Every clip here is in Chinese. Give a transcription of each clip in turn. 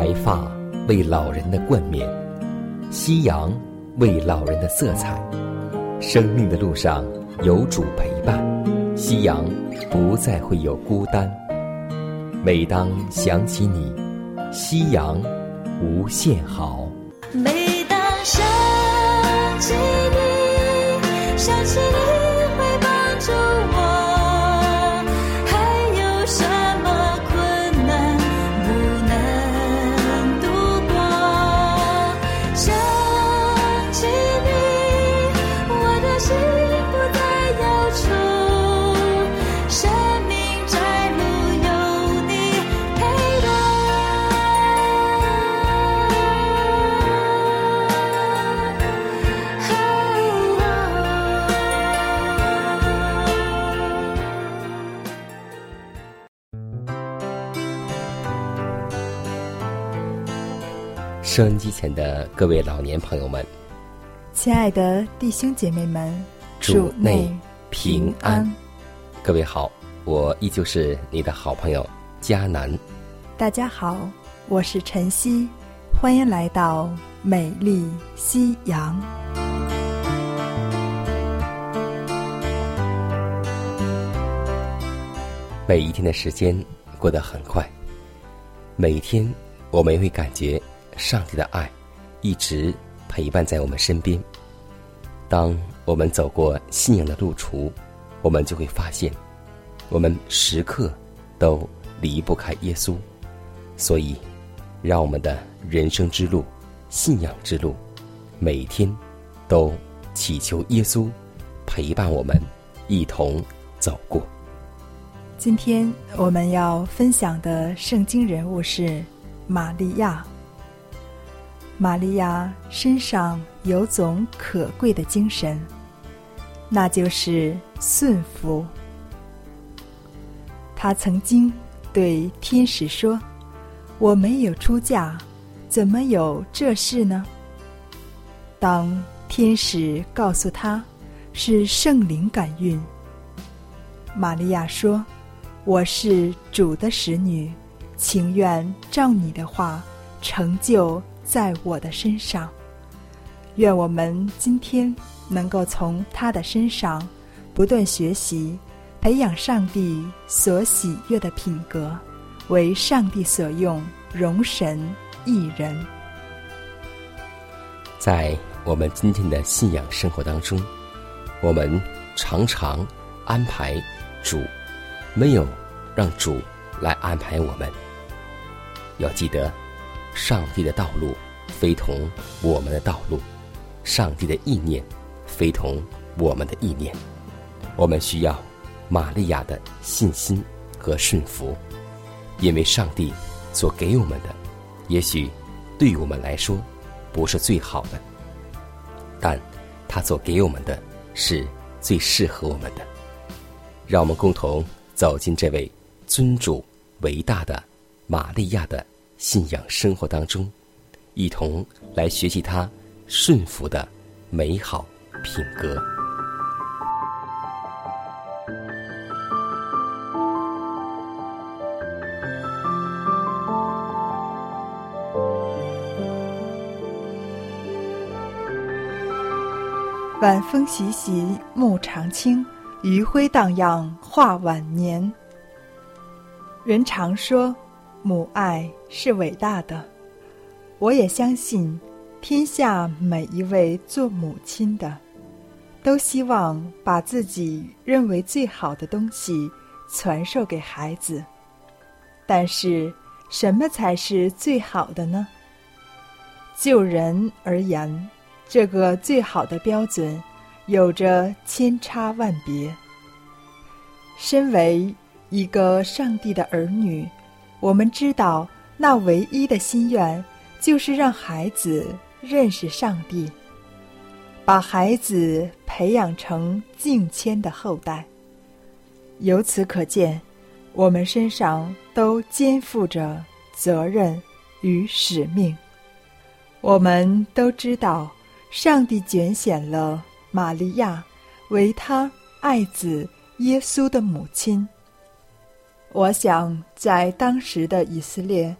白发为老人的冠冕，夕阳为老人的色彩。生命的路上有主陪伴，夕阳不再会有孤单。每当想起你，夕阳无限好。 每当想起你，想起你会帮助我，还有什么困难不能度过？想起你，我的心不再忧愁，生命窄路有你陪伴。 收音机前的各位老年朋友们， 亲爱的弟兄姐妹们， 主内平安。各位好，我依旧是你的好朋友佳南。 大家好，我是晨曦，欢迎来到美丽夕阳。 每一天的时间过得很快，每一天我们也会感觉上帝的爱一直陪伴在我们身边。当我们走过信仰的路途，我们就会发现我们时刻都离不开耶稣。所以让我们的人生之路、信仰之路，每一天都祈求耶稣陪伴我们一同走过。 今天我们要分享的圣经人物是玛利亚。玛利亚身上有种可贵的精神，那就是顺服。她曾经对天使说：“我没有出嫁，怎么有这事呢？”当天使告诉她是圣灵感孕，玛利亚说：“我是主的使女，情愿照你的话成就在我的身上。”愿我们今天能够从他的身上不断学习，培养上帝所喜悦的品格，为上帝所用，荣神益人。 在我们今天的信仰生活当中，我们常常安排主，没有让主来安排我们。要记得，上帝的道路非同我们的道路，上帝的意念非同我们的意念。我们需要玛利亚的信心和顺服，因为上帝所给我们的，也许对我们来说不是最好的，但他所给我们的是最适合我们的。让我们共同走进这位尊主伟大的玛利亚的信仰生活当中，一同来学习他顺服的美好品格。 晚风习习，暮长青，余晖荡漾，画晚年。人常说母爱是伟大的，我也相信天下每一位做母亲的都希望把自己认为最好的东西传授给孩子。但是什么才是最好的呢？就人而言，这个最好的标准有着千差万别。身为一个上帝的儿女，我们知道那唯一的心愿就是让孩子认识上帝，把孩子培养成敬谦的后代。由此可见，我们身上都肩负着责任与使命。我们都知道，上帝拣选了玛利亚为他爱子耶稣的母亲。我想在当时的以色列，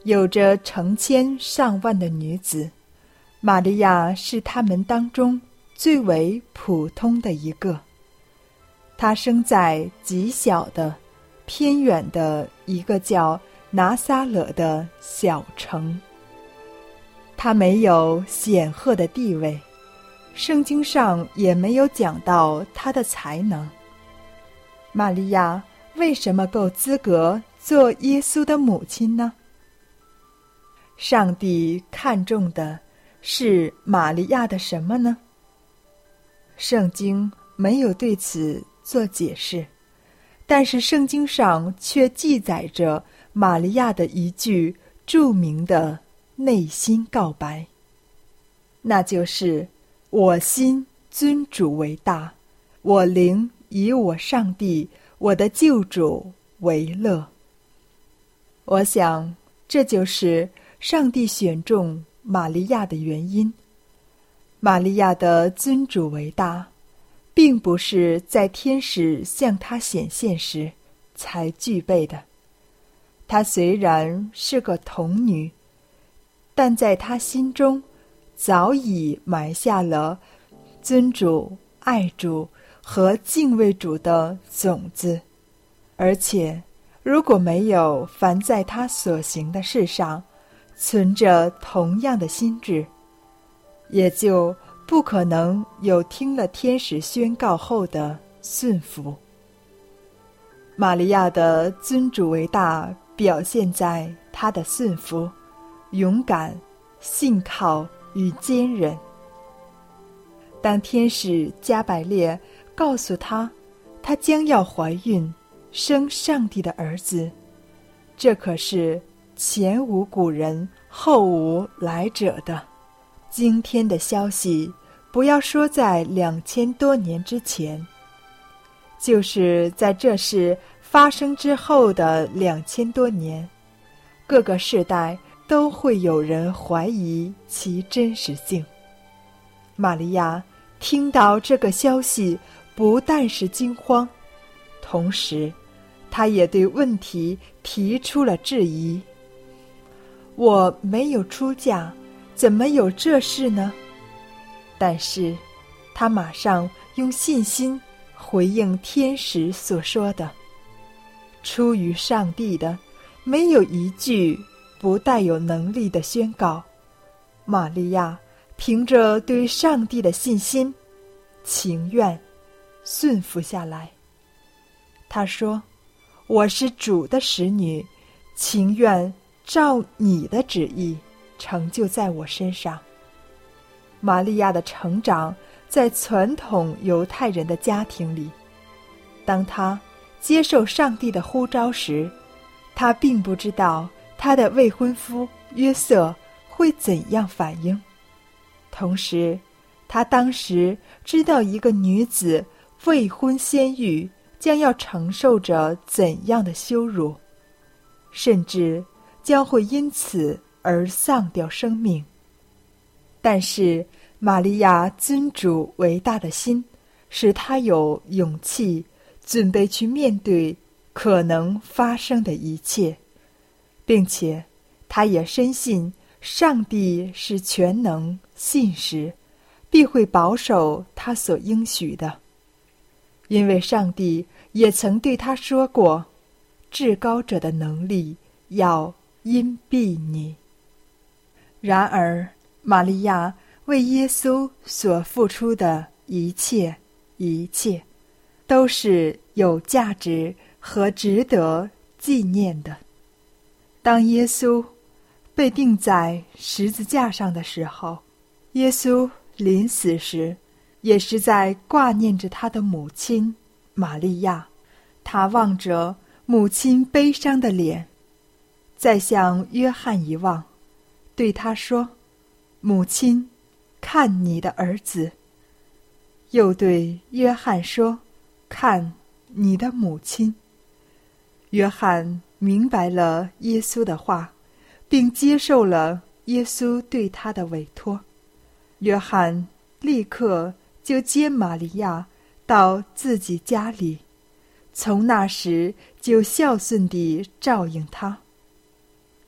有着成千上万的女子，玛利亚是她们当中最为普通的一个。她生在极小的、偏远的一个叫拿撒勒的小城。她没有显赫的地位，圣经上也没有讲到她的才能。玛利亚为什么够资格做耶稣的母亲呢？上帝看重的是玛利亚的什么呢？圣经没有对此做解释，但是圣经上却记载着玛利亚的一句著名的内心告白，那就是我心尊主为大，我灵以我上帝我的救主为乐。我想这就是上帝选中玛利亚的原因。玛利亚的尊主为大，并不是在天使向她显现时才具备的。她虽然是个童女，但在她心中早已埋下了尊主、爱主和敬畏主的种子。而且如果没有凡在她所行的事上存着同样的心志，也就不可能有听了天使宣告后的顺服。玛利亚的尊主为大表现在她的顺服、勇敢、信靠与坚韧。当天使加百列告诉她，她将要怀孕生上帝的儿子，这可是前无古人后无来者的惊天的消息。不要说在2000多年之前，就是在这事发生之后的2000多年，各个世代都会有人怀疑其真实性。玛利亚听到这个消息，不但是惊慌，同时她也对问题提出了质疑。我没有出嫁，怎么有这事呢？但是她马上用信心回应天使所说的，出于上帝的没有一句不带有能力的宣告。玛利亚凭着对上帝的信心，情愿顺服下来。她说，我是主的使女，情愿照你的旨意成就在我身上。玛利亚的成长在传统犹太人的家庭里，当她接受上帝的呼召时，她并不知道她的未婚夫约瑟会怎样反应。同时她当时知道一个女子未婚先育将要承受着怎样的羞辱，甚至将会因此而丧掉生命。但是玛利亚尊主为大的心，使她有勇气准备去面对可能发生的一切，并且她也深信上帝是全能信实，必会保守他所应许的。因为上帝也曾对他说过，至高者的能力要荫庇你。然而玛利亚为耶稣所付出的一切都是有价值和值得纪念的。当耶稣被钉在十字架上的时候，耶稣临死时也是在挂念着他的母亲玛利亚。他望着母亲悲伤的脸，再向约翰一望，对他说，母亲，看你的儿子。又对约翰说，看你的母亲。约翰明白了耶稣的话，并接受了耶稣对他的委托。约翰立刻就接玛利亚到自己家里，从那时就孝顺地照应她。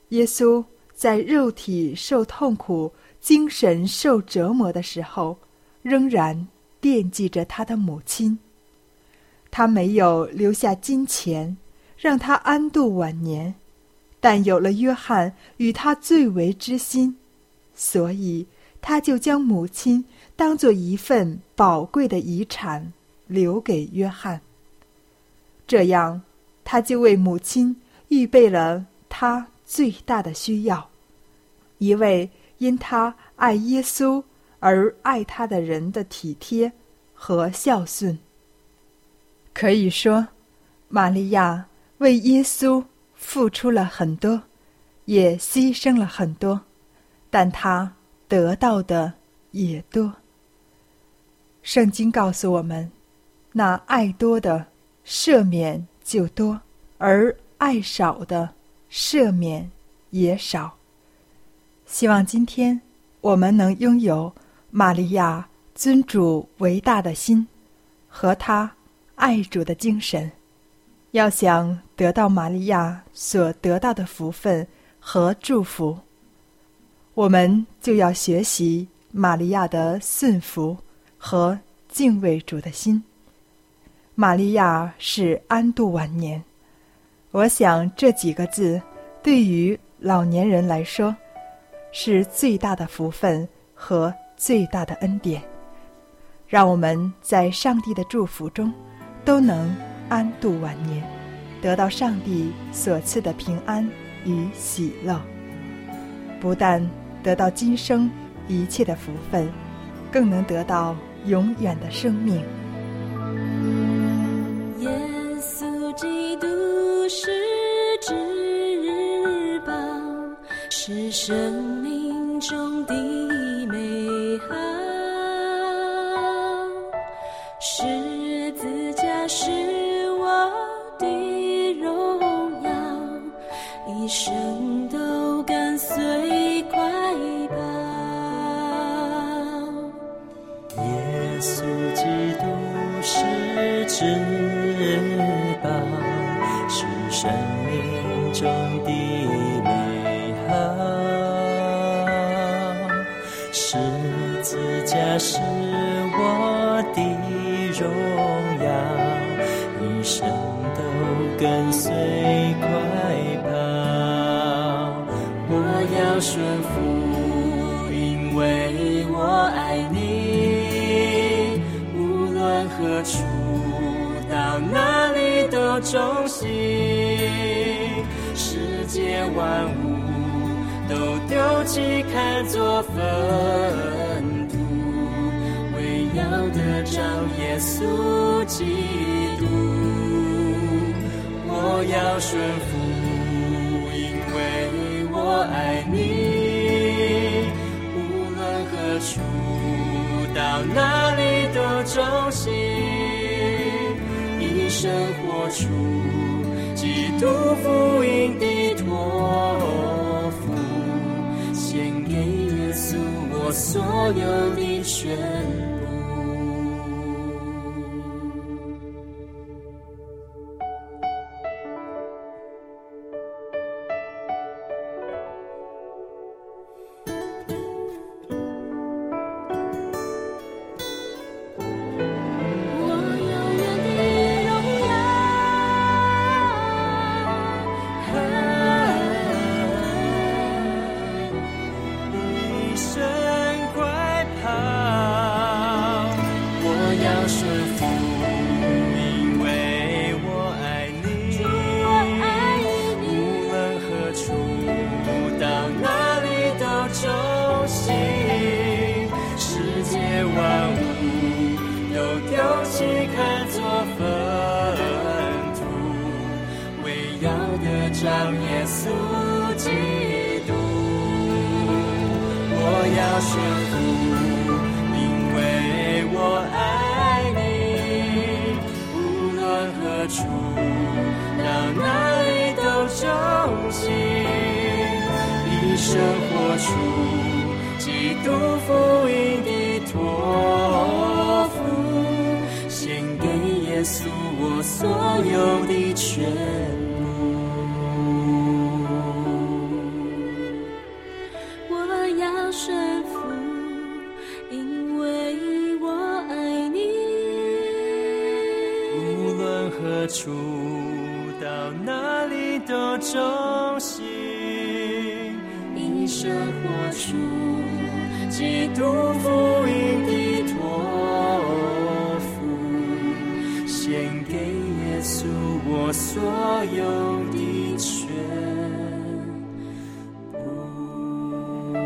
耶稣在肉体受痛苦、精神受折磨的时候，仍然惦记着他的母亲。他没有留下金钱让他安度晚年，但有了约翰与他最为知心，所以他就将母亲当作一份宝贵的遗产留给约翰。这样，他就为母亲预备了他最大的需要，一位因他爱耶稣而爱他的人的体贴和孝顺。可以说，玛利亚为耶稣付出了很多，也牺牲了很多，但她得到的也多。圣经告诉我们，那爱多的赦免就多，而爱少的赦免也少。希望今天我们能拥有玛利亚尊主为大的心和她爱主的精神。要想得到玛利亚所得到的福分和祝福，我们就要学习玛利亚的顺服和敬畏主的心。玛利亚是安度晚年，我想这几个字对于老年人来说是最大的福分和最大的恩典，让我们在上帝的祝福中都能安度晚年，得到上帝所赐的平安与喜乐，不但得到今生一切的福分，更能得到永远的生命。 耶稣基督是至宝，是生命中的美好，十字架是我的荣耀，一生都跟随快跑。 耶稣基督是至宝，是生命中的美好，十字架是我的荣耀，一生都跟随快跑。我要顺服，因为我爱你，无论何处到哪里都忠心，世界万物都丢弃看作粪土，为要得着耶稣基督。我要顺服，因为我爱你，无论何处到哪里都忠心，一生活出基督福音的托付，献给耶稣我所有的全部。让耶稣基督，我要顺服，因为我爱你，无论何处到哪里都忠心，一生活出基督福音的托付，献给耶稣我所有的全部。 我中心， 以生活出基督福音的托付， 献给耶稣我所有的全部。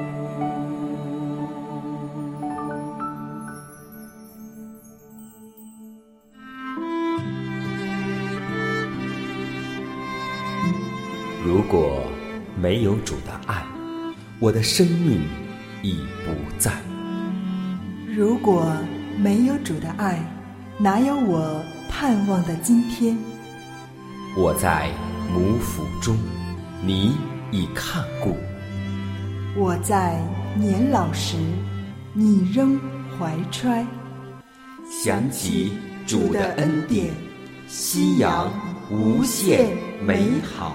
如果没有主的爱，我的生命已不在。 如果没有主的爱，哪有我盼望的今天？ 我在母腹中，你已看顾； 我在年老时，你仍怀揣。 想起主的恩典，夕阳无限美好。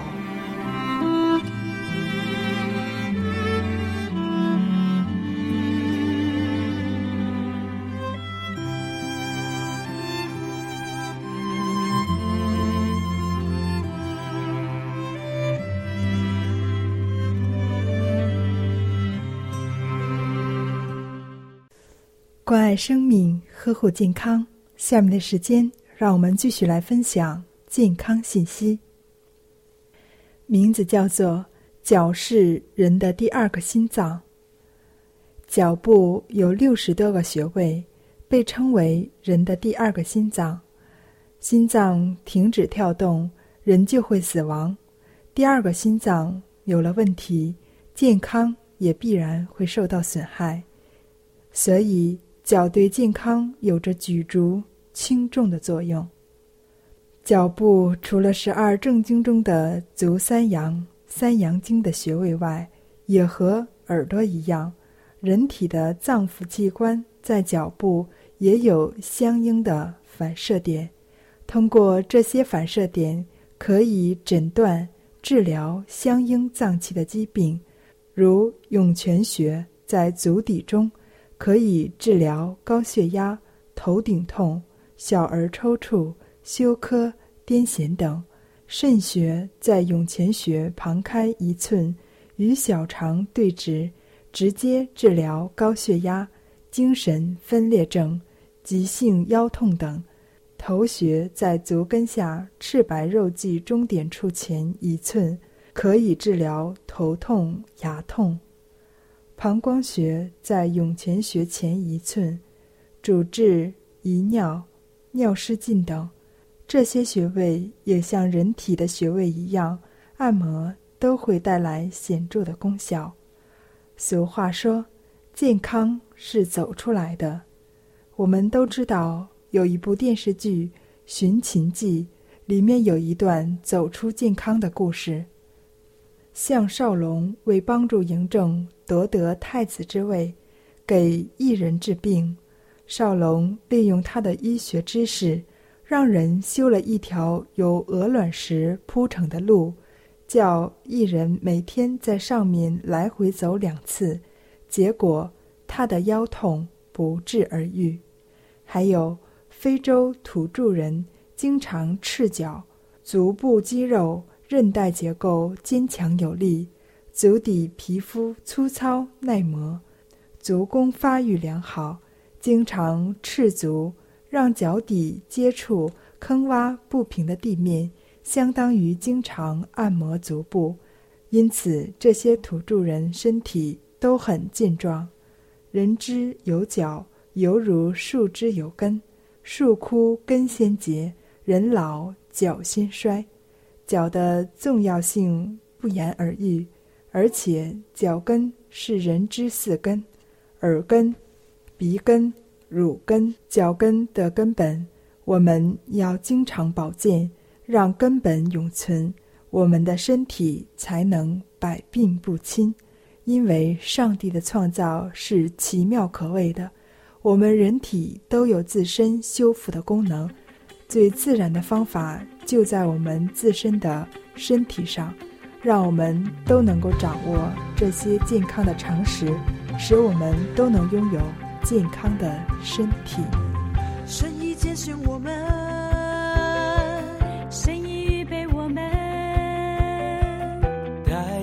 关爱生命，呵护健康。下面的时间，让我们继续来分享健康信息。名字叫做脚是人的第二个心脏。脚部有60多个穴位，被称为人的第二个心脏。心脏停止跳动，人就会死亡。第二个心脏有了问题，健康也必然会受到损害。所以脚对健康有着举足轻重的作用。脚部除了12正经中的足三阳经的穴位外，也和耳朵一样，人体的脏腑器官在脚部也有相应的反射点。通过这些反射点，可以诊断治疗相应脏器的疾病，如涌泉穴在足底中，可以治疗高血压、头顶痛、小儿抽搐、休克、癫痫等。肾穴在涌泉穴旁开1寸，与小肠对直，直接治疗高血压、精神分裂症、急性腰痛等。头穴在足跟下赤白肉际中点处前1寸，可以治疗头痛、牙痛。膀胱穴在涌泉穴前1寸，主治遗尿、尿失禁等。这些穴位也像人体的穴位一样，按摩都会带来显著的功效。俗话说，健康是走出来的。我们都知道有一部电视剧《寻秦记》，里面有一段走出健康的故事。项少龙为帮助嬴政夺得太子之位，给一人治病。少龙利用他的医学知识，让人修了一条由鹅卵石铺成的路，叫一人每天在上面来回走2次，结果他的腰痛不治而愈。还有非洲土著人经常赤脚，足部肌肉韧带结构坚强有力，足底皮肤粗糙耐磨，足弓发育良好，经常赤足，让脚底接触坑洼不平的地面，相当于经常按摩足部。因此这些土著人身体都很健壮。人之有脚，犹如树之有根，树枯根先竭，人老脚先衰。脚的重要性不言而喻，而且脚跟是人之4根：耳根、鼻根、乳根。脚跟的根本，我们要经常保健，让根本永存，我们的身体才能百病不侵。因为上帝的创造是奇妙可畏的，我们人体都有自身修复的功能，最自然的方法就在我们自身的身体上，让我们都能够掌握这些健康的常识，使我们都能拥有健康的身体。 神已拣选我们，神已预备我们，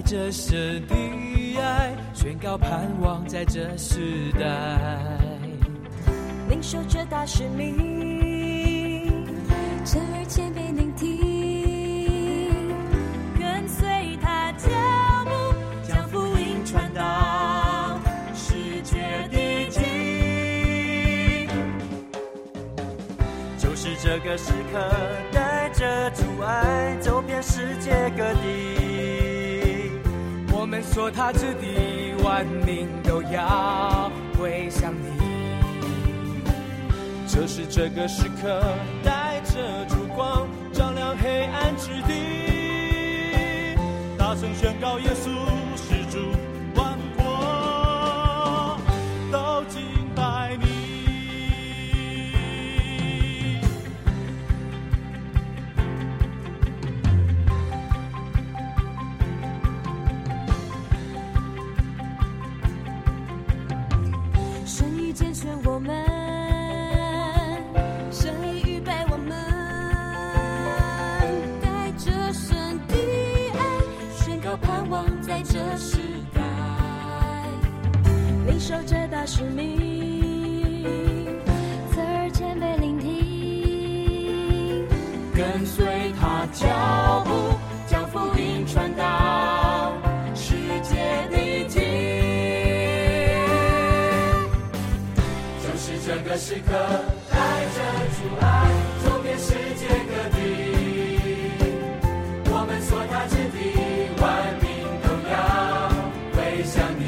着神的爱，宣告盼望在这时代， 领受这大使命，侧耳谦卑聆听，跟随他脚步，将福音传到世界的尽。 就是这个时刻，带着主爱走遍世界各地，我们所他之地，万民都要归向你。就是这个时刻，带着烛光照亮黑暗之地，大声宣告耶稣是主，万国都敬拜你。 神已拣选我们，神已预备我们，带着神的爱，宣告盼望在这时代，领受这大使命，侧耳谦卑聆听， 跟随他脚步，将福音传到世界的尽。就是这个时刻，带着主爱走遍世界各地，我们所他之地，万民都要归向你。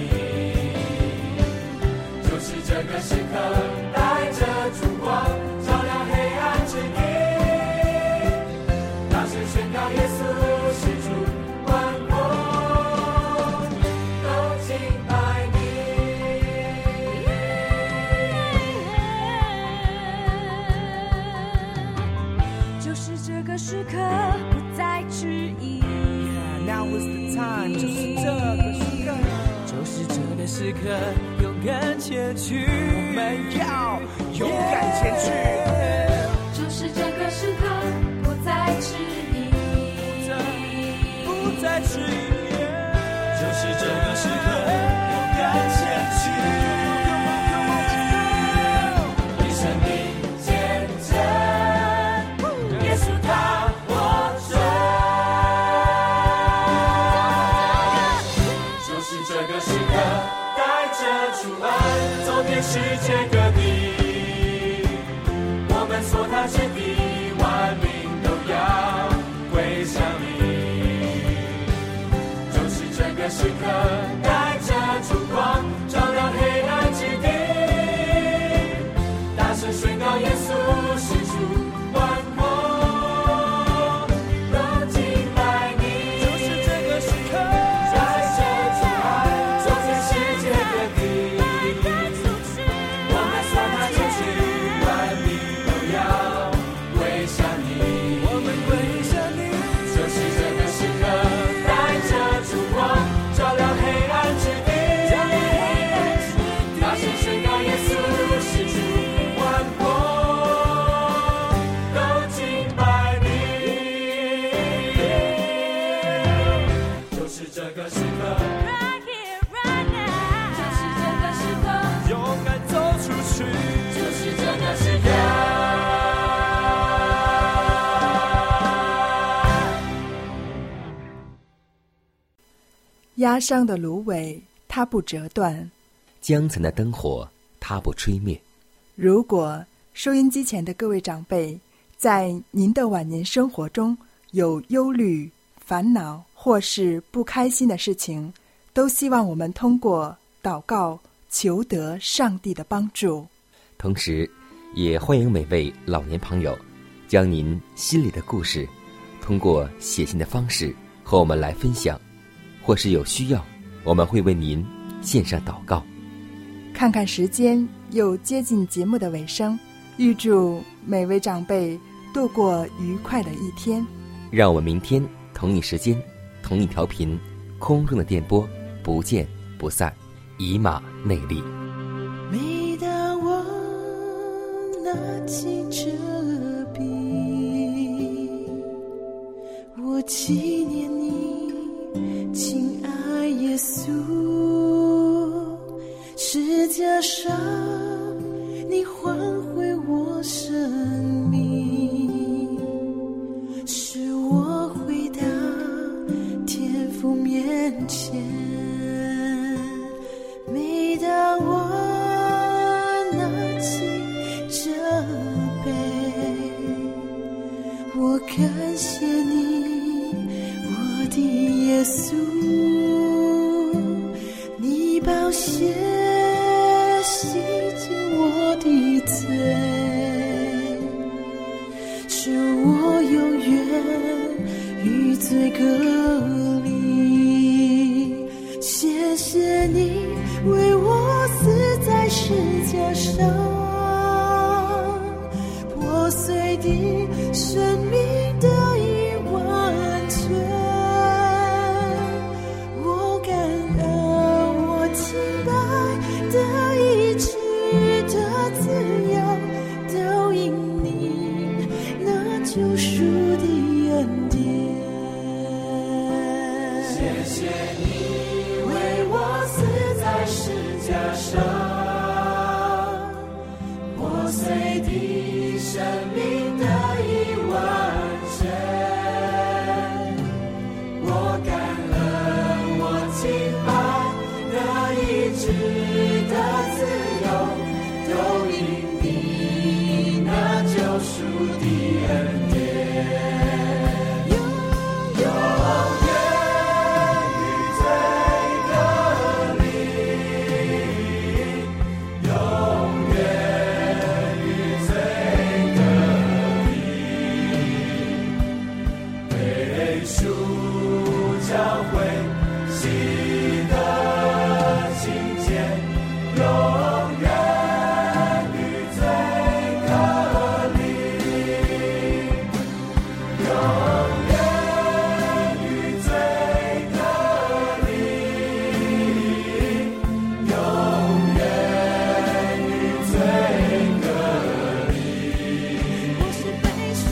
就是这个时刻，带着烛光照亮黑暗之地，大声宣告耶稣是主，万国都敬拜你。 就是这个时刻，不再迟疑。 Now is the time， 就是这个时刻，就是这个时刻，勇敢前去，我们要勇敢前去。 就是这个时刻，不再迟疑， 不再迟疑，就是这个时刻，勇敢前去，以生命见证耶稣他活着。就是这个时刻，带着主爱走遍世界各地，我们所他之地，万民都要归向你。就是这个时刻，带着烛光照亮黑暗之地，大声宣告耶稣是主，万国都敬拜你。就是这个时刻，带着主爱走遍世界各地，我们所他之地，万民都要归向你。我们归向你。就是这个时刻，带着烛光照亮黑暗之地，大声宣告耶稣是主，万国都敬拜你。就是这个时刻， Right here, right now， 就是这个时刻， 勇敢走出去。 就是这个时刻。 压伤的芦苇，它不折断。 江残的灯火，它不吹灭。 如果收音机前的各位长辈，在您的晚年生活中有忧虑、烦恼或是不开心的事情，都希望我们通过祷告求得上帝的帮助。 同时，也欢迎每位老年朋友将您心里的故事通过写信的方式和我们来分享，或是有需要，我们会为您献上祷告。 看看时间，又接近节目的尾声，预祝每位长辈度过愉快的一天。 让我们明天同一时间同一调频空中的电波不见不散。以马内利。 每当我拿起这笔，我纪念你，亲爱稣，世界上你换回我生命，使我回到天父面前。每当我拿起这杯，我感谢你，我的耶稣，你宝血洗净我的罪，使我永远与罪隔离。谢谢你为我死在十架上，破碎的生命得以完全。我感恩，我敬拜，得医治的自由，都因你那救赎的恩典。 谢谢你为我死在十架上，破碎的生命得以完全。我感恩，我敬拜，得医治的自由，都因你那救赎的恩典。永远与罪隔离，永远与罪隔离，被赎教会喜的清洁，永远与罪隔离，永远与罪隔离，永远与罪隔离。 我是被赎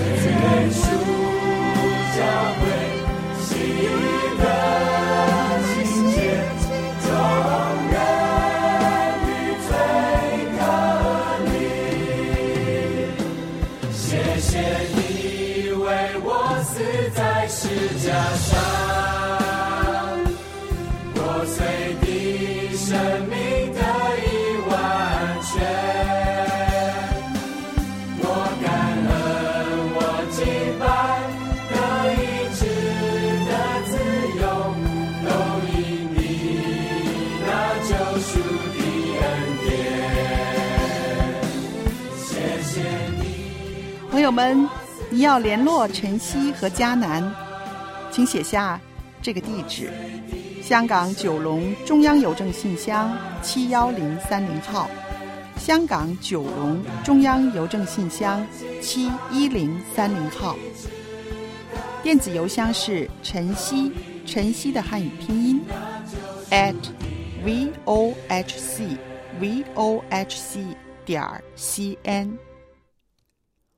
教会喜的清洁，永远与罪隔离。谢谢你为我死在十架上，破碎的生命得以完全。我感恩，我敬拜，得医治的自由，都因你那救赎的恩典。谢谢你。 朋友们，你要联络晨曦和迦南，请写下这个地址：香港九龙中央邮政信箱71030号，香港九龙中央邮政信箱71030号。电子邮箱是晨曦，晨曦的汉语拼音@vohc.cn。